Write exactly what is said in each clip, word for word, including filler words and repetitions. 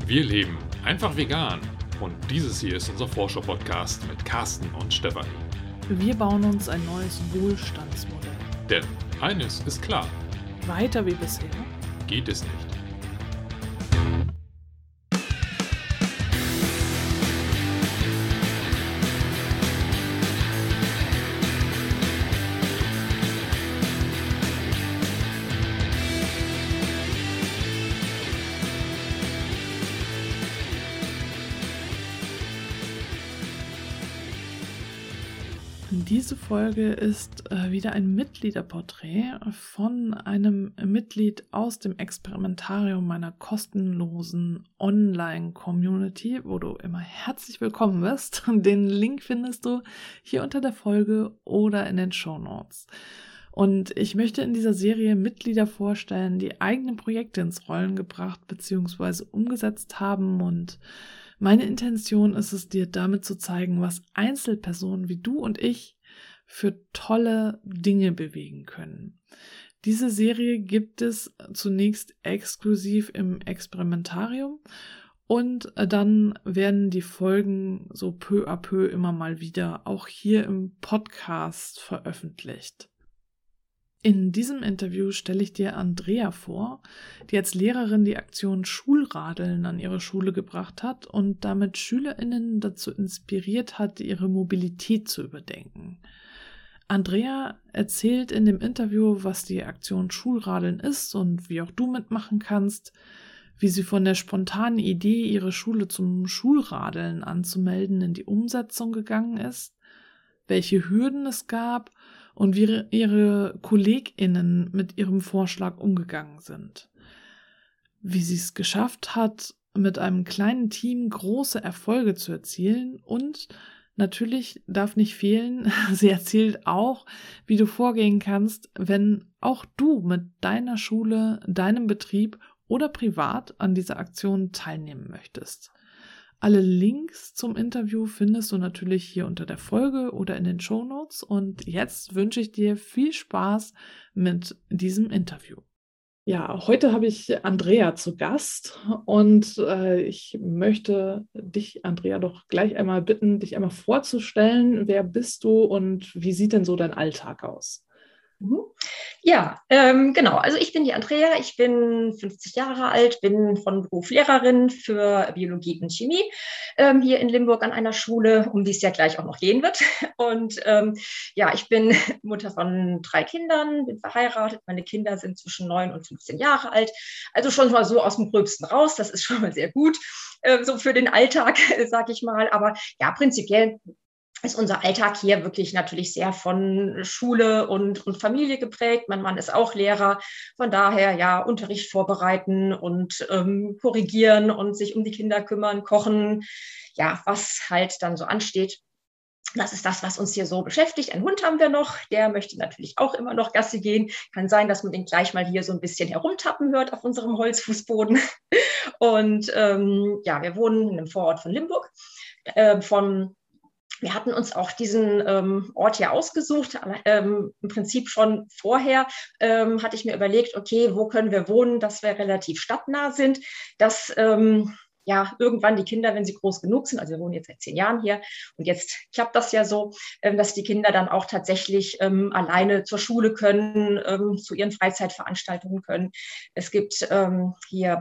Wir leben einfach vegan und dieses hier ist unser Vorschau-Podcast mit Carsten und Stefanie. Wir bauen uns ein neues Wohlstandsmodell. Denn eines ist klar: Weiter wie bisher geht es nicht. Diese Folge ist äh, wieder ein Mitgliederporträt von einem Mitglied aus dem Experimentarium meiner kostenlosen Online-Community, wo du immer herzlich willkommen bist. Den Link findest du hier unter der Folge oder in den Shownotes. Und ich möchte in dieser Serie Mitglieder vorstellen, die eigene Projekte ins Rollen gebracht bzw. umgesetzt haben, und meine Intention ist es, dir damit zu zeigen, was Einzelpersonen wie du und ich für tolle Dinge bewegen können. Diese Serie gibt es zunächst exklusiv im Experimentarium und dann werden die Folgen so peu à peu immer mal wieder auch hier im Podcast veröffentlicht. In diesem Interview stelle ich dir Andrea vor, die als Lehrerin die Aktion Schulradeln an ihre Schule gebracht hat und damit SchülerInnen dazu inspiriert hat, ihre Mobilität zu überdenken. Andrea erzählt in dem Interview, was die Aktion Schulradeln ist und wie auch du mitmachen kannst, wie sie von der spontanen Idee, ihre Schule zum Schulradeln anzumelden, in die Umsetzung gegangen ist, welche Hürden es gab und wie ihre KollegInnen mit ihrem Vorschlag umgegangen sind. Wie sie es geschafft hat, mit einem kleinen Team große Erfolge zu erzielen, und natürlich darf nicht fehlen, sie erzählt auch, wie du vorgehen kannst, wenn auch du mit deiner Schule, deinem Betrieb oder privat an dieser Aktion teilnehmen möchtest. Alle Links zum Interview findest du natürlich hier unter der Folge oder in den Shownotes, und jetzt wünsche ich dir viel Spaß mit diesem Interview. Ja, heute habe ich Andrea zu Gast und äh, ich möchte dich, Andrea, doch gleich einmal bitten, dich einmal vorzustellen. Wer bist du und wie sieht denn so dein Alltag aus? Ja, ähm, genau. Also ich bin die Andrea, ich bin fünfzig Jahre alt, bin von Beruf Lehrerin für Biologie und Chemie ähm, hier in Limburg an einer Schule, um die es ja gleich auch noch gehen wird. Und ähm, ja, ich bin Mutter von drei Kindern, bin verheiratet. Meine Kinder sind zwischen neun und fünfzehn Jahre alt. Also schon mal so aus dem Gröbsten raus. Das ist schon mal sehr gut, äh, so für den Alltag, sag ich mal. Aber ja, prinzipiell ist unser Alltag hier wirklich natürlich sehr von Schule und, und Familie geprägt. Mein Mann ist auch Lehrer. Von daher, ja, Unterricht vorbereiten und ähm, korrigieren und sich um die Kinder kümmern, kochen. Ja, was halt dann so ansteht. Das ist das, was uns hier so beschäftigt. Einen Hund haben wir noch. Der möchte natürlich auch immer noch Gassi gehen. Kann sein, dass man den gleich mal hier so ein bisschen herumtappen hört auf unserem Holzfußboden. Und ähm, ja, wir wohnen in einem Vorort von Limburg. Äh, von Wir hatten uns auch diesen ähm, Ort hier ausgesucht. Ähm, im Prinzip schon vorher ähm, hatte ich mir überlegt, okay, wo können wir wohnen, dass wir relativ stadtnah sind, dass ähm, ja irgendwann die Kinder, wenn sie groß genug sind, also wir wohnen jetzt seit zehn Jahren hier und jetzt klappt das ja so, ähm, dass die Kinder dann auch tatsächlich ähm, alleine zur Schule können, ähm, zu ihren Freizeitveranstaltungen können. Es gibt ähm, hier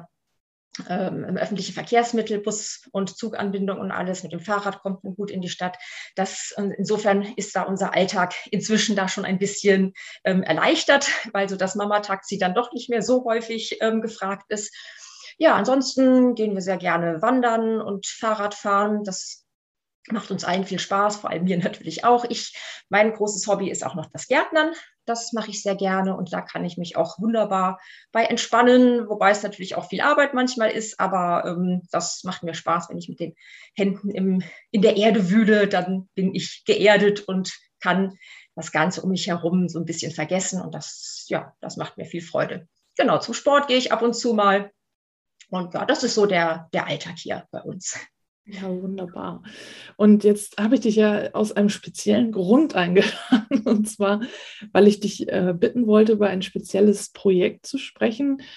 Ähm, öffentliche Verkehrsmittel, Bus- und Zuganbindung und alles. Mit dem Fahrrad kommt man gut in die Stadt. Das, insofern ist da unser Alltag inzwischen da schon ein bisschen ähm, erleichtert, weil so das Mama-Taxi dann doch nicht mehr so häufig ähm, gefragt ist. Ja, ansonsten gehen wir sehr gerne wandern und Fahrrad fahren. Das macht uns allen viel Spaß, vor allem mir natürlich auch. Ich, mein großes Hobby ist auch noch das Gärtnern. Das mache ich sehr gerne und da kann ich mich auch wunderbar bei entspannen, wobei es natürlich auch viel Arbeit manchmal ist, aber ähm, das macht mir Spaß, wenn ich mit den Händen im, in der Erde wühle, dann bin ich geerdet und kann das Ganze um mich herum so ein bisschen vergessen, und das, ja, das macht mir viel Freude. Genau, zum Sport gehe ich ab und zu mal und ja, das ist so der, der Alltag hier bei uns. Ja, wunderbar. Und jetzt habe ich dich ja aus einem speziellen Grund eingeladen, und zwar, weil ich dich äh, bitten wollte, über ein spezielles Projekt zu sprechen,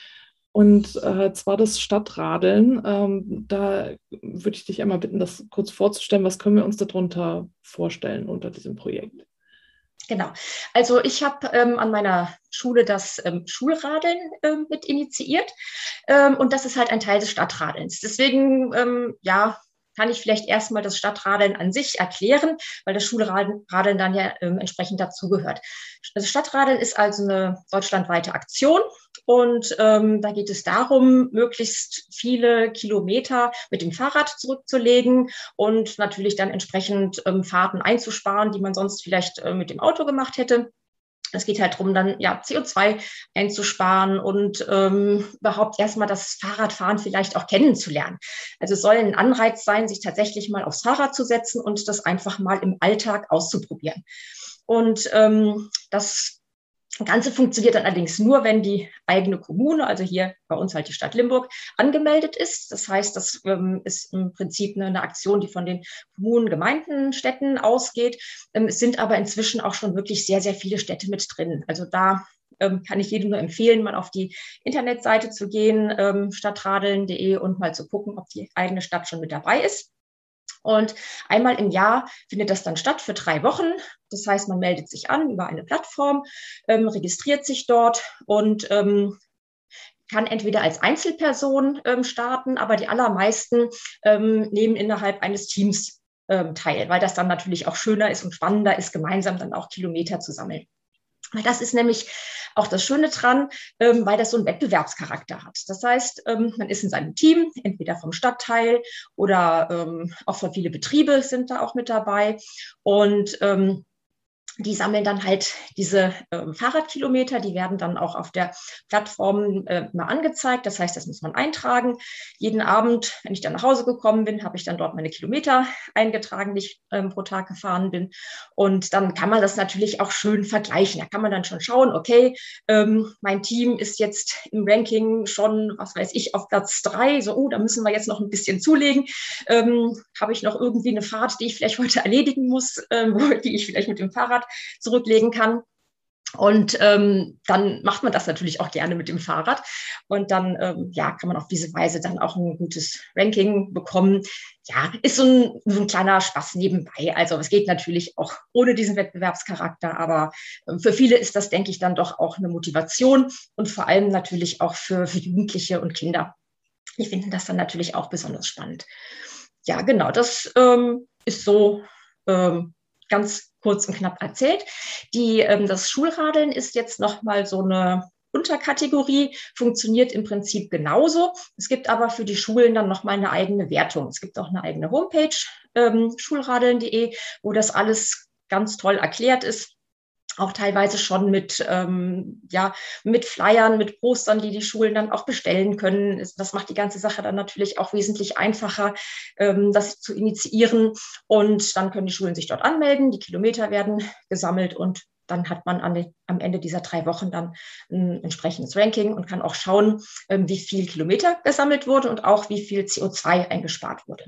Und äh, zwar das Stadtradeln. Ähm, da würde ich dich einmal bitten, das kurz vorzustellen. Was können wir uns darunter vorstellen unter diesem Projekt? Genau. Also ich habe ähm, an meiner Schule das ähm, Schulradeln ähm, mit initiiert ähm, und das ist halt ein Teil des Stadtradelns. Deswegen, ähm, ja, kann ich vielleicht erstmal das Stadtradeln an sich erklären, weil das Schulradeln dann ja ähm, entsprechend dazugehört. Das Stadtradeln ist also eine deutschlandweite Aktion und ähm, da geht es darum, möglichst viele Kilometer mit dem Fahrrad zurückzulegen und natürlich dann entsprechend ähm, Fahrten einzusparen, die man sonst vielleicht äh, mit dem Auto gemacht hätte. Es geht halt darum, dann ja C O zwei einzusparen und ähm, überhaupt erstmal das Fahrradfahren vielleicht auch kennenzulernen. Also es soll ein Anreiz sein, sich tatsächlich mal aufs Fahrrad zu setzen und das einfach mal im Alltag auszuprobieren. Und ähm, das Ganze funktioniert dann allerdings nur, wenn die eigene Kommune, also hier bei uns halt die Stadt Limburg, angemeldet ist. Das heißt, das ähm, ist im Prinzip eine, eine Aktion, die von den Kommunen, Gemeinden, Städten ausgeht. Ähm, es sind aber inzwischen auch schon wirklich sehr, sehr viele Städte mit drin. Also da ähm, kann ich jedem nur empfehlen, mal auf die Internetseite zu gehen, ähm, stadtradeln punkt de und mal zu gucken, ob die eigene Stadt schon mit dabei ist. Und einmal im Jahr findet das dann statt für drei Wochen. Das heißt, man meldet sich an über eine Plattform, ähm, registriert sich dort und ähm, kann entweder als Einzelperson ähm, starten, aber die allermeisten ähm, nehmen innerhalb eines Teams ähm, teil, weil das dann natürlich auch schöner ist und spannender ist, gemeinsam dann auch Kilometer zu sammeln. Weil das ist nämlich auch das Schöne dran, ähm, weil das so einen Wettbewerbscharakter hat. Das heißt, ähm, man ist in seinem Team, entweder vom Stadtteil oder ähm, auch von viele Betriebe sind da auch mit dabei. Und ähm, die sammeln dann halt diese äh, Fahrradkilometer, die werden dann auch auf der Plattform äh, mal angezeigt. Das heißt, das muss man eintragen. Jeden Abend, wenn ich dann nach Hause gekommen bin, habe ich dann dort meine Kilometer eingetragen, die ich ähm, pro Tag gefahren bin. Und dann kann man das natürlich auch schön vergleichen. Da kann man dann schon schauen, okay, ähm, mein Team ist jetzt im Ranking schon, was weiß ich, auf Platz drei. So, oh, da müssen wir jetzt noch ein bisschen zulegen. Ähm, habe ich noch irgendwie eine Fahrt, die ich vielleicht heute erledigen muss, ähm, die ich vielleicht mit dem Fahrrad zurücklegen kann. Und ähm, dann macht man das natürlich auch gerne mit dem Fahrrad. Und dann ähm, ja, kann man auf diese Weise dann auch ein gutes Ranking bekommen. Ja, ist so ein, so ein kleiner Spaß nebenbei. Also es geht natürlich auch ohne diesen Wettbewerbscharakter, aber ähm, für viele ist das, denke ich, dann doch auch eine Motivation und vor allem natürlich auch für, für Jugendliche und Kinder. Die finden das dann natürlich auch besonders spannend. Ja, genau, das ähm, ist so ähm, ganz kurz und knapp erzählt. Die, ähm, das Schulradeln ist jetzt nochmal so eine Unterkategorie, funktioniert im Prinzip genauso. Es gibt aber für die Schulen dann nochmal eine eigene Wertung. Es gibt auch eine eigene Homepage, ähm, schulradeln punkt de, wo das alles ganz toll erklärt ist. Auch teilweise schon mit, ähm, ja, mit Flyern, mit Postern, die die Schulen dann auch bestellen können. Das macht die ganze Sache dann natürlich auch wesentlich einfacher, ähm, das zu initiieren. Und dann können die Schulen sich dort anmelden, die Kilometer werden gesammelt und dann hat man an den, am Ende dieser drei Wochen dann ein entsprechendes Ranking und kann auch schauen, ähm, wie viel Kilometer gesammelt wurde und auch wie viel C O zwei eingespart wurde.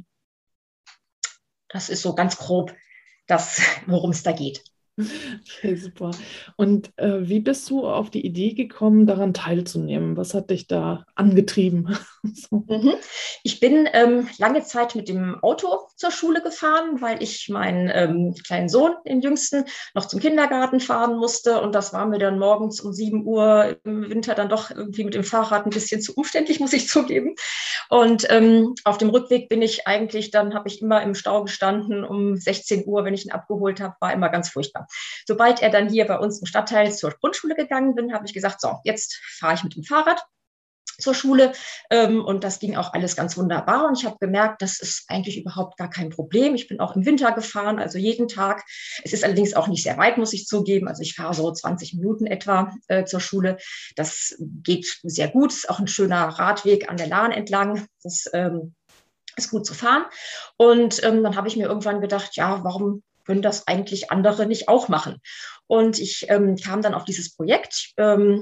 Das ist so ganz grob das, worum es da geht. Okay, super. Und äh, wie bist du auf die Idee gekommen, daran teilzunehmen? Was hat dich da angetrieben? So. Mhm. Ich bin ähm, lange Zeit mit dem Auto zur Schule gefahren, weil ich meinen ähm, kleinen Sohn, den Jüngsten, noch zum Kindergarten fahren musste. Und das war mir dann morgens um sieben Uhr im Winter dann doch irgendwie mit dem Fahrrad ein bisschen zu umständlich, muss ich zugeben. Und ähm, auf dem Rückweg bin ich eigentlich, dann habe ich immer im Stau gestanden um sechzehn Uhr, wenn ich ihn abgeholt habe, war immer ganz furchtbar. Sobald er dann hier bei uns im Stadtteil zur Grundschule gegangen bin, habe ich gesagt, so, jetzt fahre ich mit dem Fahrrad zur Schule ähm, und das ging auch alles ganz wunderbar und ich habe gemerkt, das ist eigentlich überhaupt gar kein Problem. Ich bin auch im Winter gefahren, also jeden Tag. Es ist allerdings auch nicht sehr weit, muss ich zugeben. Also ich fahre so zwanzig Minuten etwa äh, zur Schule. Das geht sehr gut, ist auch ein schöner Radweg an der Lahn entlang. Das ähm, ist gut zu fahren und ähm, dann habe ich mir irgendwann gedacht, ja, warum können das eigentlich andere nicht auch machen? Und ich ähm, kam dann auf dieses Projekt. Ähm,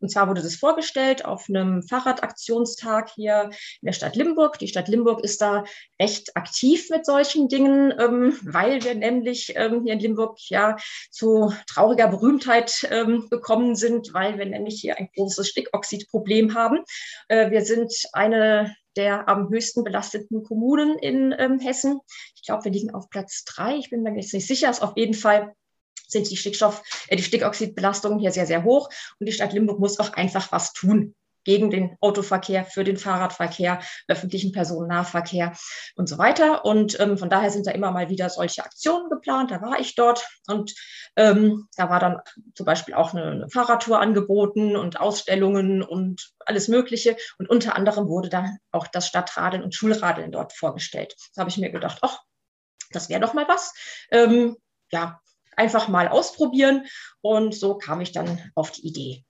Und zwar wurde das vorgestellt auf einem Fahrradaktionstag hier in der Stadt Limburg. Die Stadt Limburg ist da recht aktiv mit solchen Dingen, ähm, weil wir nämlich ähm, hier in Limburg ja zu trauriger Berühmtheit ähm, gekommen sind, weil wir nämlich hier ein großes Stickoxidproblem haben. Äh, wir sind eine der am höchsten belasteten Kommunen in ähm, Hessen. Ich glaube, wir liegen auf Platz drei. Ich bin mir jetzt nicht sicher. Ist auf jeden Fall sind die Stickstoff, äh, die Stickoxidbelastungen hier sehr, sehr hoch. Und die Stadt Limburg muss auch einfach was tun gegen den Autoverkehr, für den Fahrradverkehr, öffentlichen Personennahverkehr und so weiter. Und ähm, von daher sind da immer mal wieder solche Aktionen geplant. Da war ich dort und ähm, da war dann zum Beispiel auch eine, eine Fahrradtour angeboten und Ausstellungen und alles Mögliche. Und unter anderem wurde dann auch das Stadtradeln und Schulradeln dort vorgestellt. Da habe ich mir gedacht, ach, das wäre doch mal was. Ähm, ja, einfach mal ausprobieren. Und so kam ich dann auf die Idee.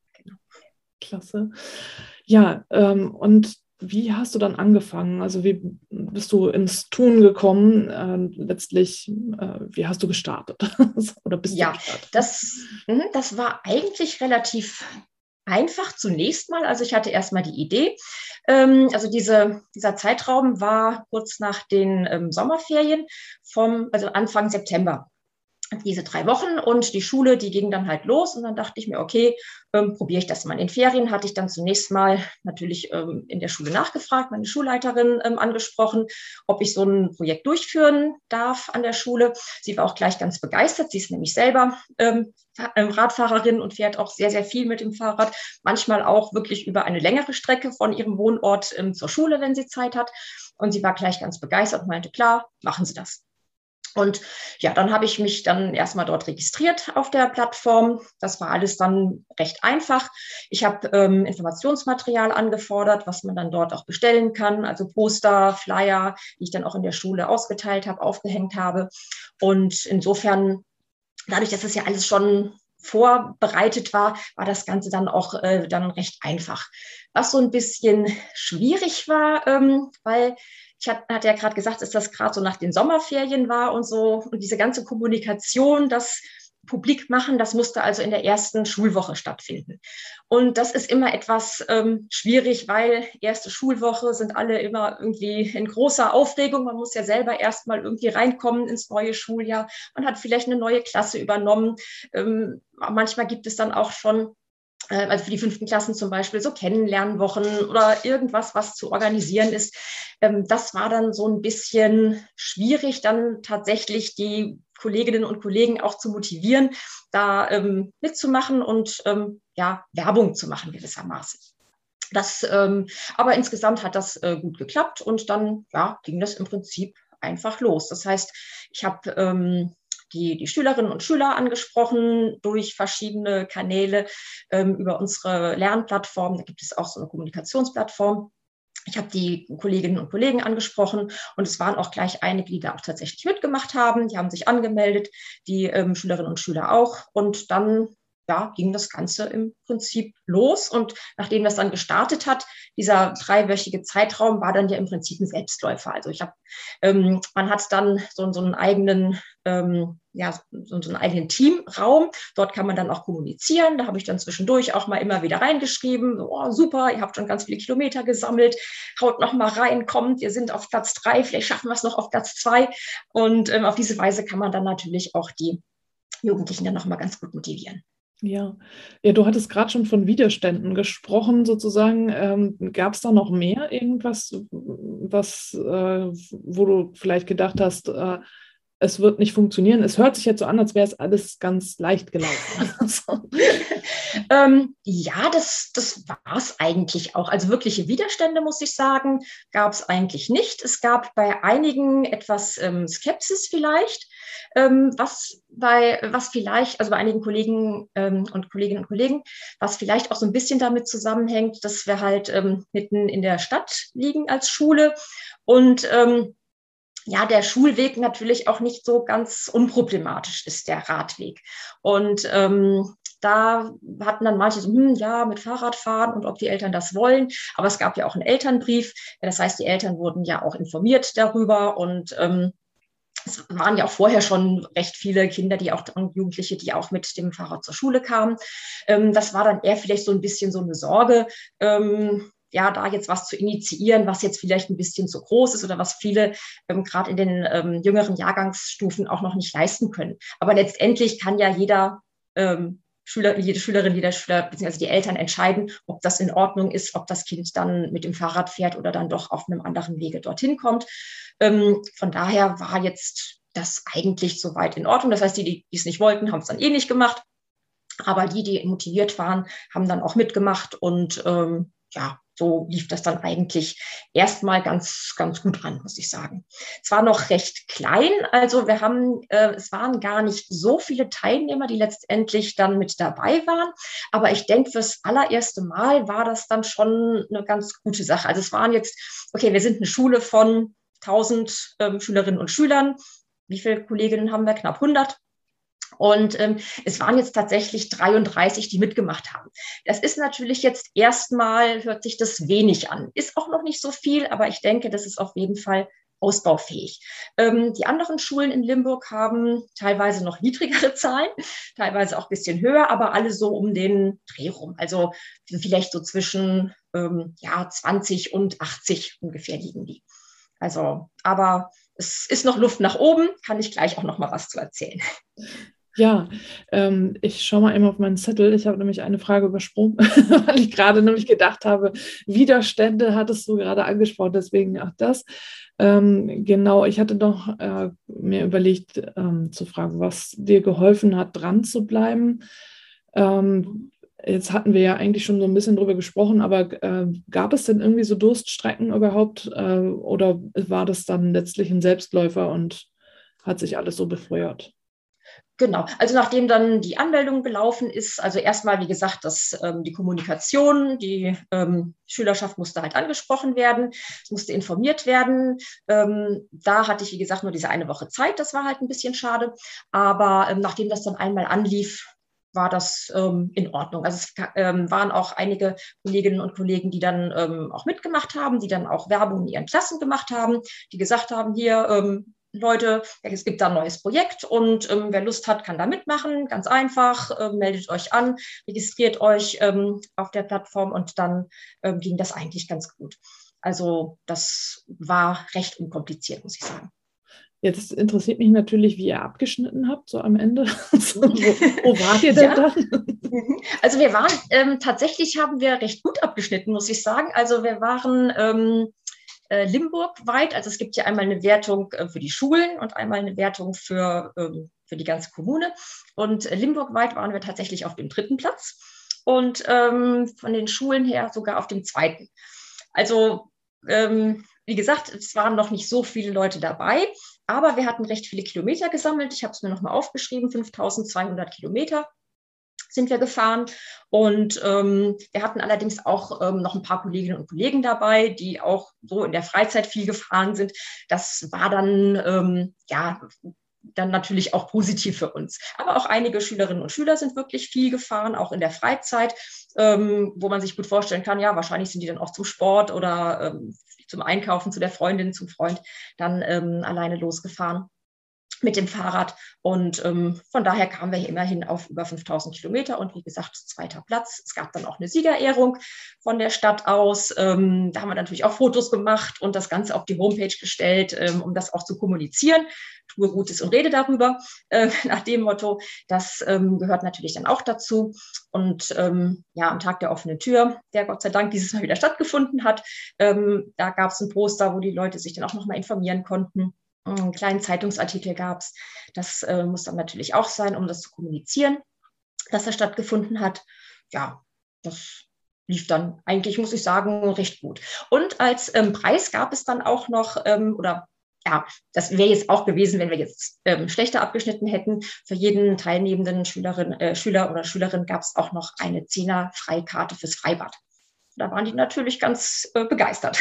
Klasse. Ja, ähm, und wie hast du dann angefangen? Also wie bist du ins Tun gekommen? Äh, letztlich, äh, wie hast du gestartet? Oder bist ja, du gestartet? Das, das war eigentlich relativ einfach zunächst mal. Also ich hatte erstmal die Idee. Ähm, also diese, dieser Zeitraum war kurz nach den ähm, Sommerferien, vom, also Anfang September. Diese drei Wochen und die Schule, die ging dann halt los und dann dachte ich mir, okay, ähm, probiere ich das mal. In den Ferien hatte ich dann zunächst mal natürlich ähm, in der Schule nachgefragt, meine Schulleiterin ähm, angesprochen, ob ich so ein Projekt durchführen darf an der Schule. Sie war auch gleich ganz begeistert. Sie ist nämlich selber ähm, Radfahrerin und fährt auch sehr, sehr viel mit dem Fahrrad, manchmal auch wirklich über eine längere Strecke von ihrem Wohnort ähm, zur Schule, wenn sie Zeit hat. Und sie war gleich ganz begeistert und meinte, klar, machen Sie das. Und ja, dann habe ich mich dann erstmal dort registriert auf der Plattform. Das war alles dann recht einfach. Ich habe ähm, Informationsmaterial angefordert, was man dann dort auch bestellen kann, also Poster, Flyer, die ich dann auch in der Schule ausgeteilt habe, aufgehängt habe. Und insofern, dadurch, dass es ja alles schon vorbereitet war, war das Ganze dann auch äh, dann recht einfach. Was so ein bisschen schwierig war, ähm, weil ich hatte hat ja gerade gesagt, dass das gerade so nach den Sommerferien war und so. Und diese ganze Kommunikation, das publik machen, das musste also in der ersten Schulwoche stattfinden. Und das ist immer etwas ähm, schwierig, weil erste Schulwoche sind alle immer irgendwie in großer Aufregung. Man muss ja selber erstmal irgendwie reinkommen ins neue Schuljahr. Man hat vielleicht eine neue Klasse übernommen. Ähm, manchmal gibt es dann auch schon also für die fünften Klassen zum Beispiel so Kennenlernwochen oder irgendwas, was zu organisieren ist. Das war dann so ein bisschen schwierig, dann tatsächlich die Kolleginnen und Kollegen auch zu motivieren, da ähm, mitzumachen und ähm, ja, Werbung zu machen gewissermaßen. Das, ähm, aber insgesamt hat das äh, gut geklappt und dann ja, ging das im Prinzip einfach los. Das heißt, ich habe ähm, Die, die Schülerinnen und Schüler angesprochen durch verschiedene Kanäle ähm, über unsere Lernplattform. Da gibt es auch so eine Kommunikationsplattform. Ich habe die Kolleginnen und Kollegen angesprochen und es waren auch gleich einige, die da auch tatsächlich mitgemacht haben. Die haben sich angemeldet, die ähm, Schülerinnen und Schüler auch. Und dann ja, ging das Ganze im Prinzip los. Und nachdem das dann gestartet hat, dieser dreiwöchige Zeitraum war dann ja im Prinzip ein Selbstläufer. Also ich habe, ähm, man hat dann so, so einen eigenen, ähm, ja, so, so einen eigenen Teamraum. Dort kann man dann auch kommunizieren. Da habe ich dann zwischendurch auch mal immer wieder reingeschrieben. So, oh, super, ihr habt schon ganz viele Kilometer gesammelt. Haut noch mal rein, kommt, wir sind auf Platz drei, vielleicht schaffen wir es noch auf Platz zwei. Und ähm, auf diese Weise kann man dann natürlich auch die Jugendlichen dann noch mal ganz gut motivieren. Ja, ja, du hattest gerade schon von Widerständen gesprochen, sozusagen. Ähm, gab es da noch mehr irgendwas, was, äh, wo du vielleicht gedacht hast, äh, es wird nicht funktionieren? Es hört sich jetzt so an, als wäre es alles ganz leicht gelaufen. ähm, ja, das, das war es eigentlich auch. Also wirkliche Widerstände, muss ich sagen, gab es eigentlich nicht. Es gab bei einigen etwas ähm, Skepsis vielleicht, ähm, was bei was vielleicht, also bei einigen Kollegen ähm, und Kolleginnen und Kollegen, was vielleicht auch so ein bisschen damit zusammenhängt, dass wir halt ähm, mitten in der Stadt liegen als Schule und ähm, ja, der Schulweg natürlich auch nicht so ganz unproblematisch ist, der Radweg. Und ähm, da hatten dann manche so, hm, ja, mit Fahrradfahren und ob die Eltern das wollen. Aber es gab ja auch einen Elternbrief. Das heißt, die Eltern wurden ja auch informiert darüber und ähm, es waren ja auch vorher schon recht viele Kinder, die auch und Jugendliche, die auch mit dem Fahrrad zur Schule kamen. Ähm, das war dann eher vielleicht so ein bisschen so eine Sorge, ähm, ja, da jetzt was zu initiieren, was jetzt vielleicht ein bisschen zu groß ist oder was viele ähm, gerade in den ähm, jüngeren Jahrgangsstufen auch noch nicht leisten können. Aber letztendlich kann ja jeder ähm, Schüler, jede Schülerin, jeder Schüler beziehungsweise die Eltern entscheiden, ob das in Ordnung ist, ob das Kind dann mit dem Fahrrad fährt oder dann doch auf einem anderen Wege dorthin kommt. Ähm, von daher war jetzt das eigentlich soweit in Ordnung. Das heißt, die, die es nicht wollten, haben es dann eh nicht gemacht. Aber die, die motiviert waren, haben dann auch mitgemacht und ähm, ja, so lief das dann eigentlich erstmal ganz, ganz gut ran, muss ich sagen. Es war noch recht klein, also wir haben, äh, es waren gar nicht so viele Teilnehmer, die letztendlich dann mit dabei waren. Aber ich denke, fürs allererste Mal war das dann schon eine ganz gute Sache. Also es waren jetzt, okay, wir sind eine Schule von tausend ähm, Schülerinnen und Schülern. Wie viele Kolleginnen haben wir? Knapp hundert. Und ähm, es waren jetzt tatsächlich dreiunddreißig, die mitgemacht haben. Das ist natürlich jetzt erstmal, hört sich das wenig an. Ist auch noch nicht so viel, aber ich denke, das ist auf jeden Fall ausbaufähig. Ähm, die anderen Schulen in Limburg haben teilweise noch niedrigere Zahlen, teilweise auch ein bisschen höher, aber alle so um den Dreh rum. Also vielleicht so zwischen ähm, ja, zwanzig und achtzig ungefähr liegen die. Also, aber es ist noch Luft nach oben, kann ich gleich auch noch mal was zu erzählen. Ja, ähm, ich schaue mal eben auf meinen Zettel. Ich habe nämlich eine Frage übersprungen, weil ich gerade nämlich gedacht habe, Widerstände hattest du gerade angesprochen, deswegen auch das. Ähm, genau, ich hatte noch äh, mir überlegt ähm, zu fragen, was dir geholfen hat, dran zu bleiben. Ähm, jetzt hatten wir ja eigentlich schon so ein bisschen drüber gesprochen, aber äh, gab es denn irgendwie so Durststrecken überhaupt äh, oder war das dann letztlich ein Selbstläufer und hat sich alles so befeuert? Genau, also nachdem dann die Anmeldung gelaufen ist, also erstmal, wie gesagt, dass ähm, die Kommunikation, die ähm, Schülerschaft musste halt angesprochen werden, es musste informiert werden. Ähm, da hatte ich, wie gesagt, nur diese eine Woche Zeit, das war halt ein bisschen schade. Aber ähm, nachdem das dann einmal anlief, war das ähm, in Ordnung. Also es ähm, waren auch einige Kolleginnen und Kollegen, die dann ähm, auch mitgemacht haben, die dann auch Werbung in ihren Klassen gemacht haben, die gesagt haben, hier, ähm, Leute, es gibt da ein neues Projekt und ähm, wer Lust hat, kann da mitmachen. Ganz einfach, äh, meldet euch an, registriert euch ähm, auf der Plattform und dann ähm, ging das eigentlich ganz gut. Also das war recht unkompliziert, muss ich sagen. Jetzt interessiert mich natürlich, wie ihr abgeschnitten habt, so am Ende. wo, wo wart ihr denn ja. dann? Also wir waren, ähm, tatsächlich haben wir recht gut abgeschnitten, muss ich sagen. Also wir waren ähm, äh, Limburg-weit, also es gibt ja einmal eine Wertung äh, für die Schulen und einmal eine Wertung für, ähm, für die ganze Kommune. Und äh, Limburg-weit waren wir tatsächlich auf dem dritten Platz und ähm, von den Schulen her sogar auf dem zweiten. Also ähm, wie gesagt, es waren noch nicht so viele Leute dabei, aber wir hatten recht viele Kilometer gesammelt. Ich habe es mir nochmal aufgeschrieben, fünftausendzweihundert Kilometer sind wir gefahren. Und ähm, wir hatten allerdings auch ähm, noch ein paar Kolleginnen und Kollegen dabei, die auch so in der Freizeit viel gefahren sind. Das war dann, ähm, ja, dann natürlich auch positiv für uns. Aber auch einige Schülerinnen und Schüler sind wirklich viel gefahren, auch in der Freizeit, ähm, wo man sich gut vorstellen kann, ja, wahrscheinlich sind die dann auch zum Sport oder ähm, zum Einkaufen, zu der Freundin, zum Freund dann ähm, alleine losgefahren mit dem Fahrrad. Und ähm, von daher kamen wir hier immerhin auf über fünftausend Kilometer und wie gesagt, zweiter Platz. Es gab dann auch eine Siegerehrung von der Stadt aus. Ähm, da haben wir natürlich auch Fotos gemacht und das Ganze auf die Homepage gestellt, ähm, um das auch zu kommunizieren. Tue Gutes und rede darüber, äh, nach dem Motto. Das ähm, gehört natürlich dann auch dazu. Und ähm, ja, am Tag der offenen Tür, der Gott sei Dank dieses Mal wieder stattgefunden hat, ähm, da gab es ein Poster, wo die Leute sich dann auch nochmal informieren konnten. Einen kleinen Zeitungsartikel gab es. Das äh, muss dann natürlich auch sein, um das zu kommunizieren, dass er stattgefunden hat. Ja, das lief dann eigentlich, muss ich sagen, recht gut. Und als ähm, Preis gab es dann auch noch, ähm, oder ja, das wäre jetzt auch gewesen, wenn wir jetzt ähm, schlechter abgeschnitten hätten. Für jeden teilnehmenden Schülerin, äh, Schüler oder Schülerin gab es auch noch eine Zehner-Freikarte fürs Freibad. Da waren die natürlich ganz äh, begeistert.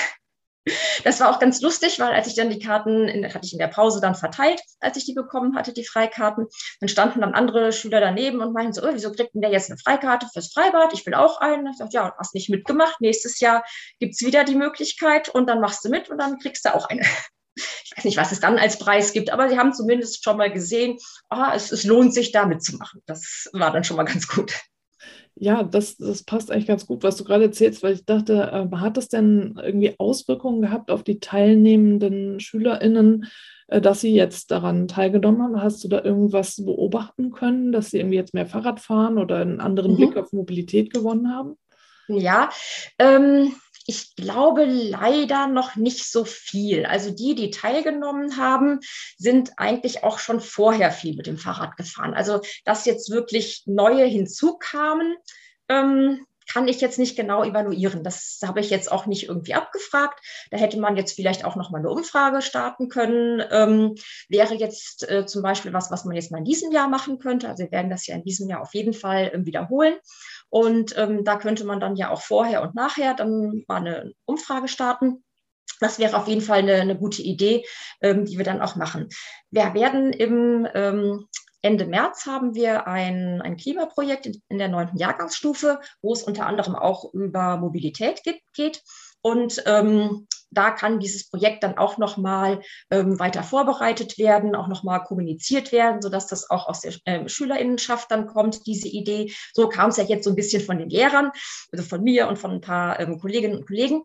Das war auch ganz lustig, weil als ich dann die Karten, in, hatte ich in der Pause dann verteilt, als ich die bekommen hatte, die Freikarten, dann standen dann andere Schüler daneben und meinten so, oh, wieso kriegt denn der jetzt eine Freikarte fürs Freibad? Ich will auch einen. Ich dachte, ja, hast nicht mitgemacht. Nächstes Jahr gibt es wieder die Möglichkeit und dann machst du mit und dann kriegst du auch eine. Ich weiß nicht, was es dann als Preis gibt, aber sie haben zumindest schon mal gesehen, ah, es, es lohnt sich, da mitzumachen. Das war dann schon mal ganz gut. Ja, das, das passt eigentlich ganz gut, was du gerade erzählst, weil ich dachte, äh, hat das denn irgendwie Auswirkungen gehabt auf die teilnehmenden SchülerInnen, äh, dass sie jetzt daran teilgenommen haben? Hast du da irgendwas beobachten können, dass sie irgendwie jetzt mehr Fahrrad fahren oder einen anderen Mhm. Blick auf Mobilität gewonnen haben? Ja, ähm, ich glaube leider noch nicht so viel. Also die, die teilgenommen haben, sind eigentlich auch schon vorher viel mit dem Fahrrad gefahren. Also dass jetzt wirklich neue hinzukamen, ähm, kann ich jetzt nicht genau evaluieren. Das habe ich jetzt auch nicht irgendwie abgefragt. Da hätte man jetzt vielleicht auch noch mal eine Umfrage starten können. Ähm, wäre jetzt äh, zum Beispiel was, was man jetzt mal in diesem Jahr machen könnte. Also wir werden das ja in diesem Jahr auf jeden Fall äh, wiederholen. Und ähm, da könnte man dann ja auch vorher und nachher dann mal eine Umfrage starten. Das wäre auf jeden Fall eine, eine gute Idee, ähm, die wir dann auch machen. Wir werden im ähm, Ende März haben wir ein, ein Klimaprojekt in, in der neunten Jahrgangsstufe, wo es unter anderem auch über Mobilität gibt, geht. Und ähm, da kann dieses Projekt dann auch nochmal ähm, weiter vorbereitet werden, auch nochmal kommuniziert werden, sodass das auch aus der äh, Schülerinnenschaft dann kommt, diese Idee. So kam es ja jetzt so ein bisschen von den Lehrern, also von mir und von ein paar ähm, Kolleginnen und Kollegen.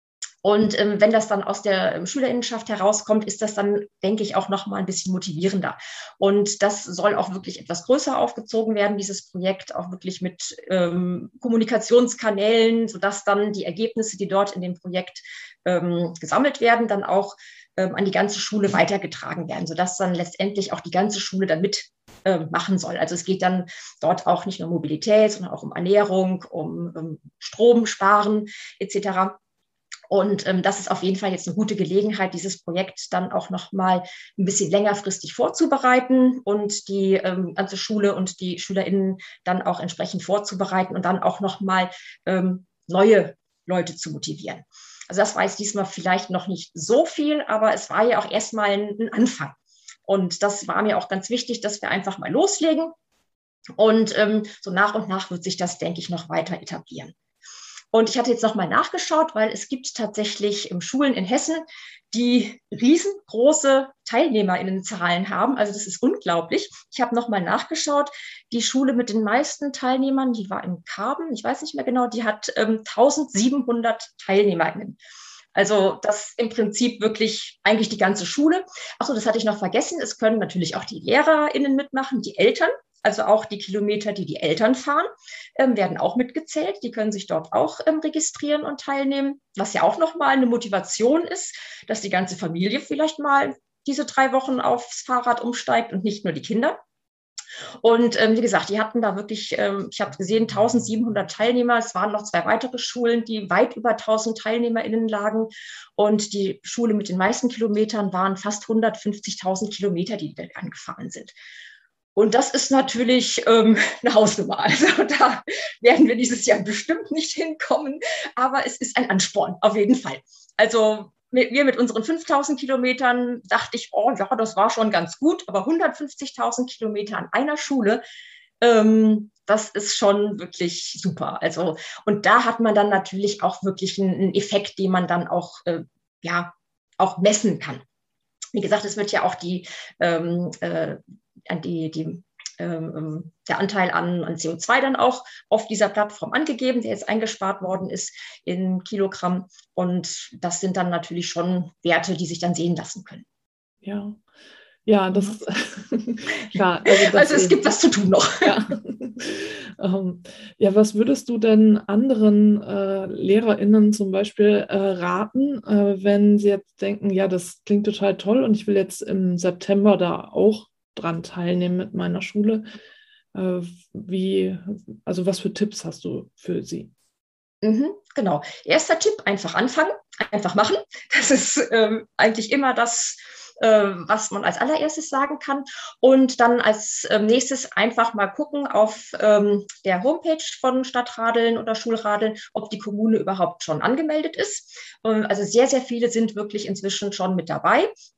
Und ähm, wenn das dann aus der ähm, Schülerinnenschaft herauskommt, ist das dann, denke ich, auch noch mal ein bisschen motivierender. Und das soll auch wirklich etwas größer aufgezogen werden, dieses Projekt, auch wirklich mit ähm, Kommunikationskanälen, sodass dann die Ergebnisse, die dort in dem Projekt ähm, gesammelt werden, dann auch ähm, an die ganze Schule weitergetragen werden, sodass dann letztendlich auch die ganze Schule dann mit äh, machen soll. Also es geht dann dort auch nicht nur um Mobilität, sondern auch um Ernährung, um, um Strom sparen et cetera. Und ähm, das ist auf jeden Fall jetzt eine gute Gelegenheit, dieses Projekt dann auch noch mal ein bisschen längerfristig vorzubereiten und die ähm, ganze Schule und die SchülerInnen dann auch entsprechend vorzubereiten und dann auch noch mal ähm, neue Leute zu motivieren. Also das war jetzt diesmal vielleicht noch nicht so viel, aber es war ja auch erstmal ein, ein Anfang. Und das war mir auch ganz wichtig, dass wir einfach mal loslegen. Und ähm, so nach und nach wird sich das, denke ich, noch weiter etablieren. Und ich hatte jetzt nochmal nachgeschaut, weil es gibt tatsächlich Schulen in Hessen, die riesengroße TeilnehmerInnenzahlen haben. Also das ist unglaublich. Ich habe nochmal nachgeschaut. Die Schule mit den meisten Teilnehmern, die war in Karben, ich weiß nicht mehr genau, die hat ähm, eintausendsiebenhundert TeilnehmerInnen. Also das im Prinzip wirklich eigentlich die ganze Schule. Achso, das hatte ich noch vergessen. Es können natürlich auch die LehrerInnen mitmachen, die Eltern. Also auch die Kilometer, die die Eltern fahren, ähm, werden auch mitgezählt. Die können sich dort auch ähm, registrieren und teilnehmen, was ja auch nochmal eine Motivation ist, dass die ganze Familie vielleicht mal diese drei Wochen aufs Fahrrad umsteigt und nicht nur die Kinder. Und ähm, wie gesagt, die hatten da wirklich, ähm, ich habe gesehen, eintausendsiebenhundert Teilnehmer. Es waren noch zwei weitere Schulen, die weit über tausend TeilnehmerInnen lagen. Und die Schule mit den meisten Kilometern waren fast hundertfünfzigtausend Kilometer, die da angefahren sind. Und das ist natürlich ähm, eine Hausnummer. Also da werden wir dieses Jahr bestimmt nicht hinkommen, aber es ist ein Ansporn, auf jeden Fall. Also wir mit unseren fünftausend Kilometern dachte ich, oh ja, das war schon ganz gut, aber hundertfünfzigtausend Kilometer an einer Schule, ähm, das ist schon wirklich super. Also und da hat man dann natürlich auch wirklich einen Effekt, den man dann auch, äh, ja, auch messen kann. Wie gesagt, es wird ja auch die ähm, äh, Die, die, ähm, der Anteil an, an C O zwei dann auch auf dieser Plattform angegeben, der jetzt eingespart worden ist in Kilogramm. Und das sind dann natürlich schon Werte, die sich dann sehen lassen können. Ja, ja, das, ja, also, das also es eben. gibt was zu tun noch. Ja. ähm, ja, was würdest du denn anderen äh, LehrerInnen zum Beispiel äh, raten, äh, wenn sie jetzt denken, ja, das klingt total toll und ich will jetzt im September da auch dran teilnehmen mit meiner Schule. Äh, wie, also was für Tipps hast du für sie? Mhm, genau. Erster Tipp, einfach anfangen, einfach machen. Das ist ähm, eigentlich immer das, äh, was man als allererstes sagen kann. Und dann als ähm, nächstes einfach mal gucken auf ähm, der Homepage von Stadtradeln oder Schulradeln, ob die Kommune überhaupt schon angemeldet ist. Ähm, also sehr, sehr viele sind wirklich inzwischen schon mit dabei.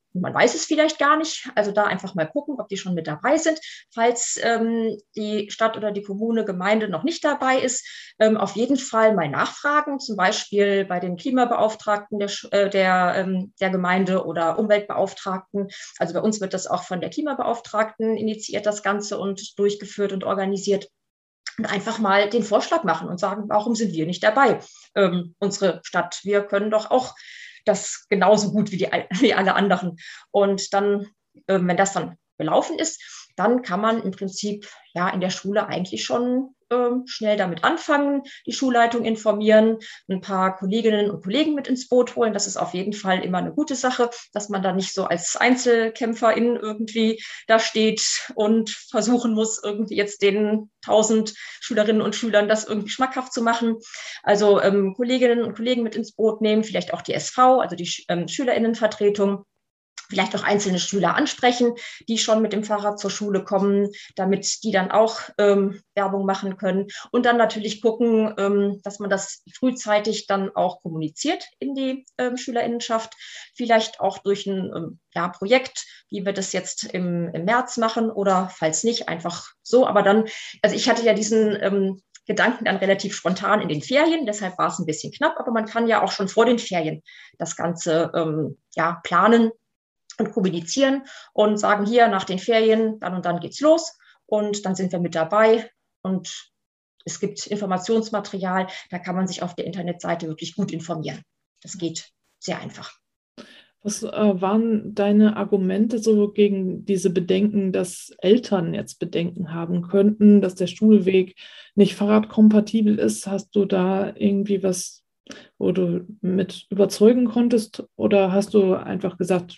man weiß es vielleicht gar nicht. Also da einfach mal gucken, ob die schon mit dabei sind. Falls ähm, die Stadt oder die Kommune, Gemeinde noch nicht dabei ist, ähm, auf jeden Fall mal nachfragen, zum Beispiel bei den Klimabeauftragten der, äh, der, ähm, der Gemeinde oder Umweltbeauftragten. Also bei uns wird das auch von der Klimabeauftragten initiiert, das Ganze, und durchgeführt und organisiert. Und einfach mal den Vorschlag machen und sagen, warum sind wir nicht dabei? Ähm, unsere Stadt, wir können doch auch das genauso gut wie, die, wie alle anderen. Und dann, äh, wenn das dann gelaufen ist, dann kann man im Prinzip ja in der Schule eigentlich schon äh, schnell damit anfangen, die Schulleitung informieren, ein paar Kolleginnen und Kollegen mit ins Boot holen. Das ist auf jeden Fall immer eine gute Sache, dass man da nicht so als Einzelkämpferin irgendwie da steht und versuchen muss, irgendwie jetzt den tausend Schülerinnen und Schülern das irgendwie schmackhaft zu machen. Also ähm, Kolleginnen und Kollegen mit ins Boot nehmen, vielleicht auch die S V, also die ähm, Schülerinnenvertretung. Vielleicht auch einzelne Schüler ansprechen, die schon mit dem Fahrrad zur Schule kommen, damit die dann auch ähm, Werbung machen können. Und dann natürlich gucken, ähm, dass man das frühzeitig dann auch kommuniziert in die ähm, Schülerinnenschaft. Vielleicht auch durch ein ähm, ja, Projekt, wie wir das jetzt im, im März machen, oder falls nicht, einfach so. Aber dann, also ich hatte ja diesen ähm, Gedanken dann relativ spontan in den Ferien, deshalb war es ein bisschen knapp, aber man kann ja auch schon vor den Ferien das Ganze ähm, ja, planen und kommunizieren und sagen, hier nach den Ferien, dann und dann geht's los, und dann sind wir mit dabei, und es gibt Informationsmaterial, da kann man sich auf der Internetseite wirklich gut informieren. Das geht sehr einfach. Was äh, waren deine Argumente so gegen diese Bedenken, dass Eltern jetzt Bedenken haben könnten, dass der Schulweg nicht fahrradkompatibel ist? Hast du da irgendwie was, wo du mit überzeugen konntest, oder hast du einfach gesagt,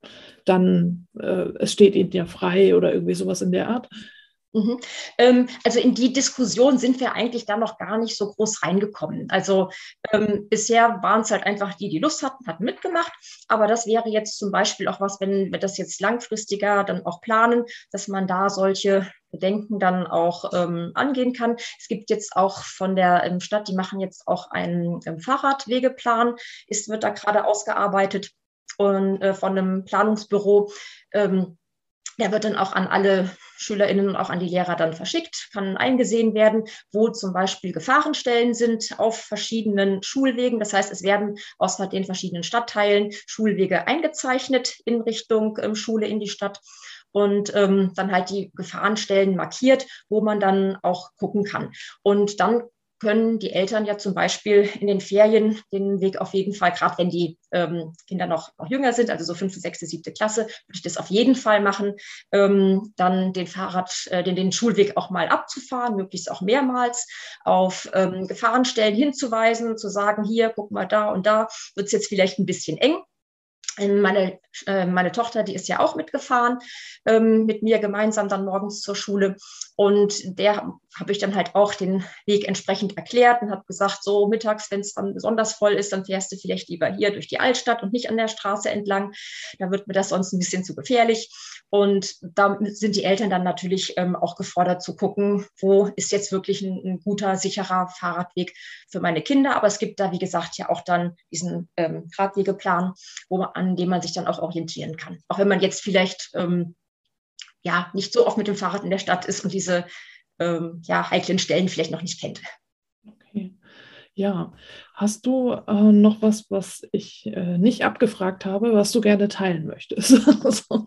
dann äh, es steht ihnen ja frei oder irgendwie sowas in der Art? Mhm. Ähm, also in die Diskussion sind wir eigentlich da noch gar nicht so groß reingekommen. Also ähm, bisher waren es halt einfach die, die Lust hatten, hatten mitgemacht. Aber das wäre jetzt zum Beispiel auch was, wenn wir das jetzt langfristiger dann auch planen, dass man da solche Bedenken dann auch ähm, angehen kann. Es gibt jetzt auch von der ähm, Stadt, die machen jetzt auch einen ähm, Fahrradwegeplan, ist, wird da gerade ausgearbeitet, und äh, von einem Planungsbüro. Ähm, der wird dann auch an alle SchülerInnen und auch an die Lehrer dann verschickt, kann eingesehen werden, wo zum Beispiel Gefahrenstellen sind auf verschiedenen Schulwegen. Das heißt, es werden aus den verschiedenen Stadtteilen Schulwege eingezeichnet in Richtung ähm, Schule in die Stadt. Und ähm, dann halt die Gefahrenstellen markiert, wo man dann auch gucken kann. Und dann können die Eltern ja zum Beispiel in den Ferien den Weg auf jeden Fall, gerade wenn die ähm, Kinder noch, noch jünger sind, also so fünfte, sechste, siebte Klasse, würde ich das auf jeden Fall machen, ähm, dann den Fahrrad, äh, den, den Schulweg auch mal abzufahren, möglichst auch mehrmals, auf ähm, Gefahrenstellen hinzuweisen, zu sagen, hier, guck mal, da und da wird es jetzt vielleicht ein bisschen eng. Meine, äh, meine Tochter, die ist ja auch mitgefahren, ähm, mit mir gemeinsam dann morgens zur Schule. Und der habe ich dann halt auch den Weg entsprechend erklärt und habe gesagt, so mittags, wenn es dann besonders voll ist, dann fährst du vielleicht lieber hier durch die Altstadt und nicht an der Straße entlang. Da wird mir das sonst ein bisschen zu gefährlich. Und da sind die Eltern dann natürlich ähm, auch gefordert zu gucken, wo ist jetzt wirklich ein, ein guter, sicherer Fahrradweg für meine Kinder. Aber es gibt da, wie gesagt, ja auch dann diesen ähm, Radwegeplan, wo man, an dem man sich dann auch orientieren kann. Auch wenn man jetzt vielleicht ähm, ja, nicht so oft mit dem Fahrrad in der Stadt ist und diese ähm, ja, heiklen Stellen vielleicht noch nicht kennt. Okay. Ja, hast du äh, noch was, was ich äh, nicht abgefragt habe, was du gerne teilen möchtest? Also.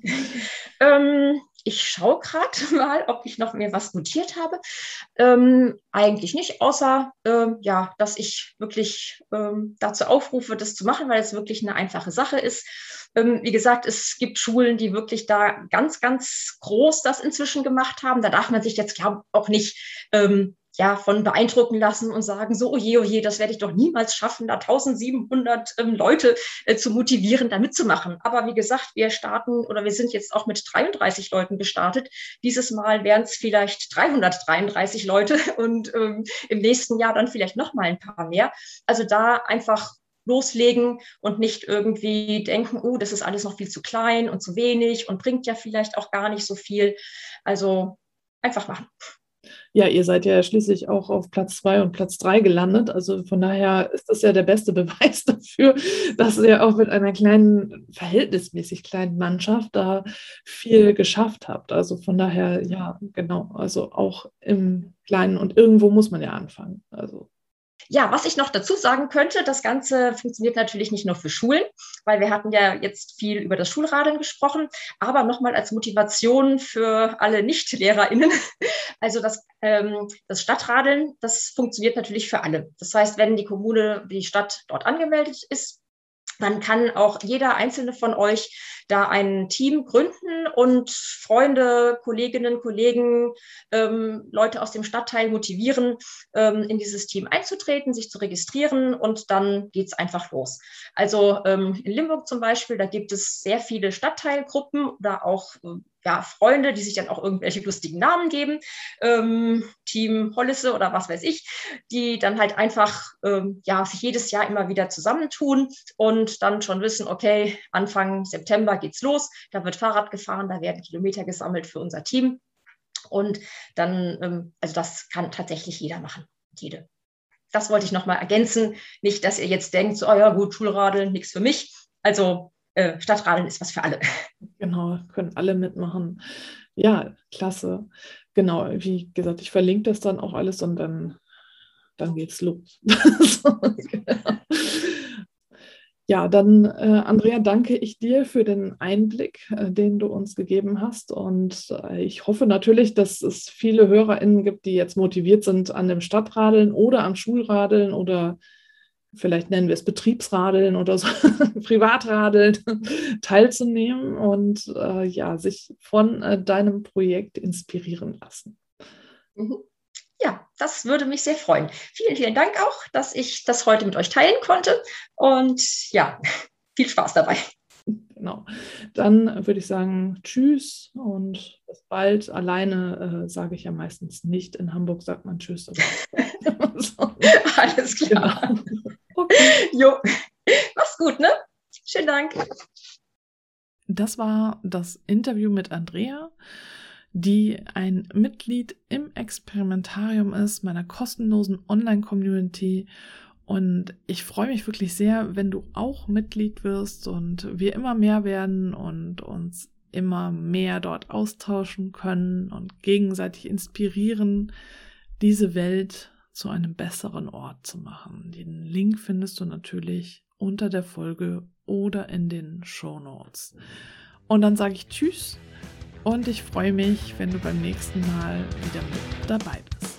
ähm, ich schaue gerade mal, ob ich noch mir was notiert habe. Ähm, eigentlich nicht, außer ähm, ja, dass ich wirklich ähm, dazu aufrufe, das zu machen, weil es wirklich eine einfache Sache ist. Ähm, wie gesagt, es gibt Schulen, die wirklich da ganz, ganz groß das inzwischen gemacht haben. Da darf man sich jetzt, glaube ich, auch nicht ähm, ja, von beeindrucken lassen und sagen, so, oje, oje, das werde ich doch niemals schaffen, da eintausendsiebenhundert ähm, Leute äh, zu motivieren, da mitzumachen. Aber wie gesagt, wir starten, oder wir sind jetzt auch mit dreiunddreißig Leuten gestartet. Dieses Mal wären es vielleicht dreihundertdreiunddreißig Leute und ähm, im nächsten Jahr dann vielleicht noch mal ein paar mehr. Also da einfach loslegen und nicht irgendwie denken, oh, das ist alles noch viel zu klein und zu wenig und bringt ja vielleicht auch gar nicht so viel. Also einfach machen. Ja, ihr seid ja schließlich auch auf Platz zwei und Platz drei gelandet. Also von daher ist das ja der beste Beweis dafür, dass ihr auch mit einer kleinen, verhältnismäßig kleinen Mannschaft da viel geschafft habt. Also von daher, ja, genau. Also auch im Kleinen und irgendwo muss man ja anfangen. Also Ja, was ich noch dazu sagen könnte, das Ganze funktioniert natürlich nicht nur für Schulen, weil wir hatten ja jetzt viel über das Schulradeln gesprochen, aber nochmal als Motivation für alle Nicht-LehrerInnen. Also das, ähm, das Stadtradeln, das funktioniert natürlich für alle. Das heißt, wenn die Kommune, die Stadt dort angemeldet ist, dann kann auch jeder einzelne von euch da ein Team gründen und Freunde, Kolleginnen, Kollegen, ähm, Leute aus dem Stadtteil motivieren, ähm, in dieses Team einzutreten, sich zu registrieren und dann geht's einfach los. Also ähm, in Limburg zum Beispiel, da gibt es sehr viele Stadtteilgruppen oder auch äh, ja, Freunde, die sich dann auch irgendwelche lustigen Namen geben, ähm, Team Hollisse oder was weiß ich, die dann halt einfach ähm, ja, sich jedes Jahr immer wieder zusammentun und dann schon wissen, okay, Anfang September geht's los, da wird Fahrrad gefahren, da werden Kilometer gesammelt für unser Team und dann, ähm, also das kann tatsächlich jeder machen, jede. Das wollte ich nochmal ergänzen, nicht, dass ihr jetzt denkt, so, oh ja gut, Schulradeln, nichts für mich, also äh, Stadtradeln ist was für alle. genau, können alle mitmachen. Ja, klasse. Genau, wie gesagt, ich verlinke das dann auch alles und dann, dann geht's los. So, genau. Ja, dann, äh, Andrea, danke ich dir für den Einblick, äh, den du uns gegeben hast. Und äh, ich hoffe natürlich, dass es viele HörerInnen gibt, die jetzt motiviert sind, an dem Stadtradeln oder am Schulradeln oder vielleicht nennen wir es Betriebsradeln oder so, Privatradeln teilzunehmen und äh, ja, sich von äh, deinem Projekt inspirieren lassen. Mhm. Ja, das würde mich sehr freuen. Vielen, vielen Dank auch, dass ich das heute mit euch teilen konnte. Und ja, viel Spaß dabei. Genau. Dann würde ich sagen, tschüss und bis bald. Alleine äh, sage ich ja meistens nicht. In Hamburg sagt man tschüss. Aber so. Alles klar. Genau. Okay. Jo, mach's gut, ne? Schönen Dank. Das war das Interview mit Andrea, die ein Mitglied im Experimentarium ist, meiner kostenlosen Online-Community. Und ich freue mich wirklich sehr, wenn du auch Mitglied wirst und wir immer mehr werden und uns immer mehr dort austauschen können und gegenseitig inspirieren, diese Welt zu einem besseren Ort zu machen. Den Link findest du natürlich unter der Folge oder in den Shownotes. Und dann sage ich Tschüss. Und ich freue mich, wenn du beim nächsten Mal wieder mit dabei bist.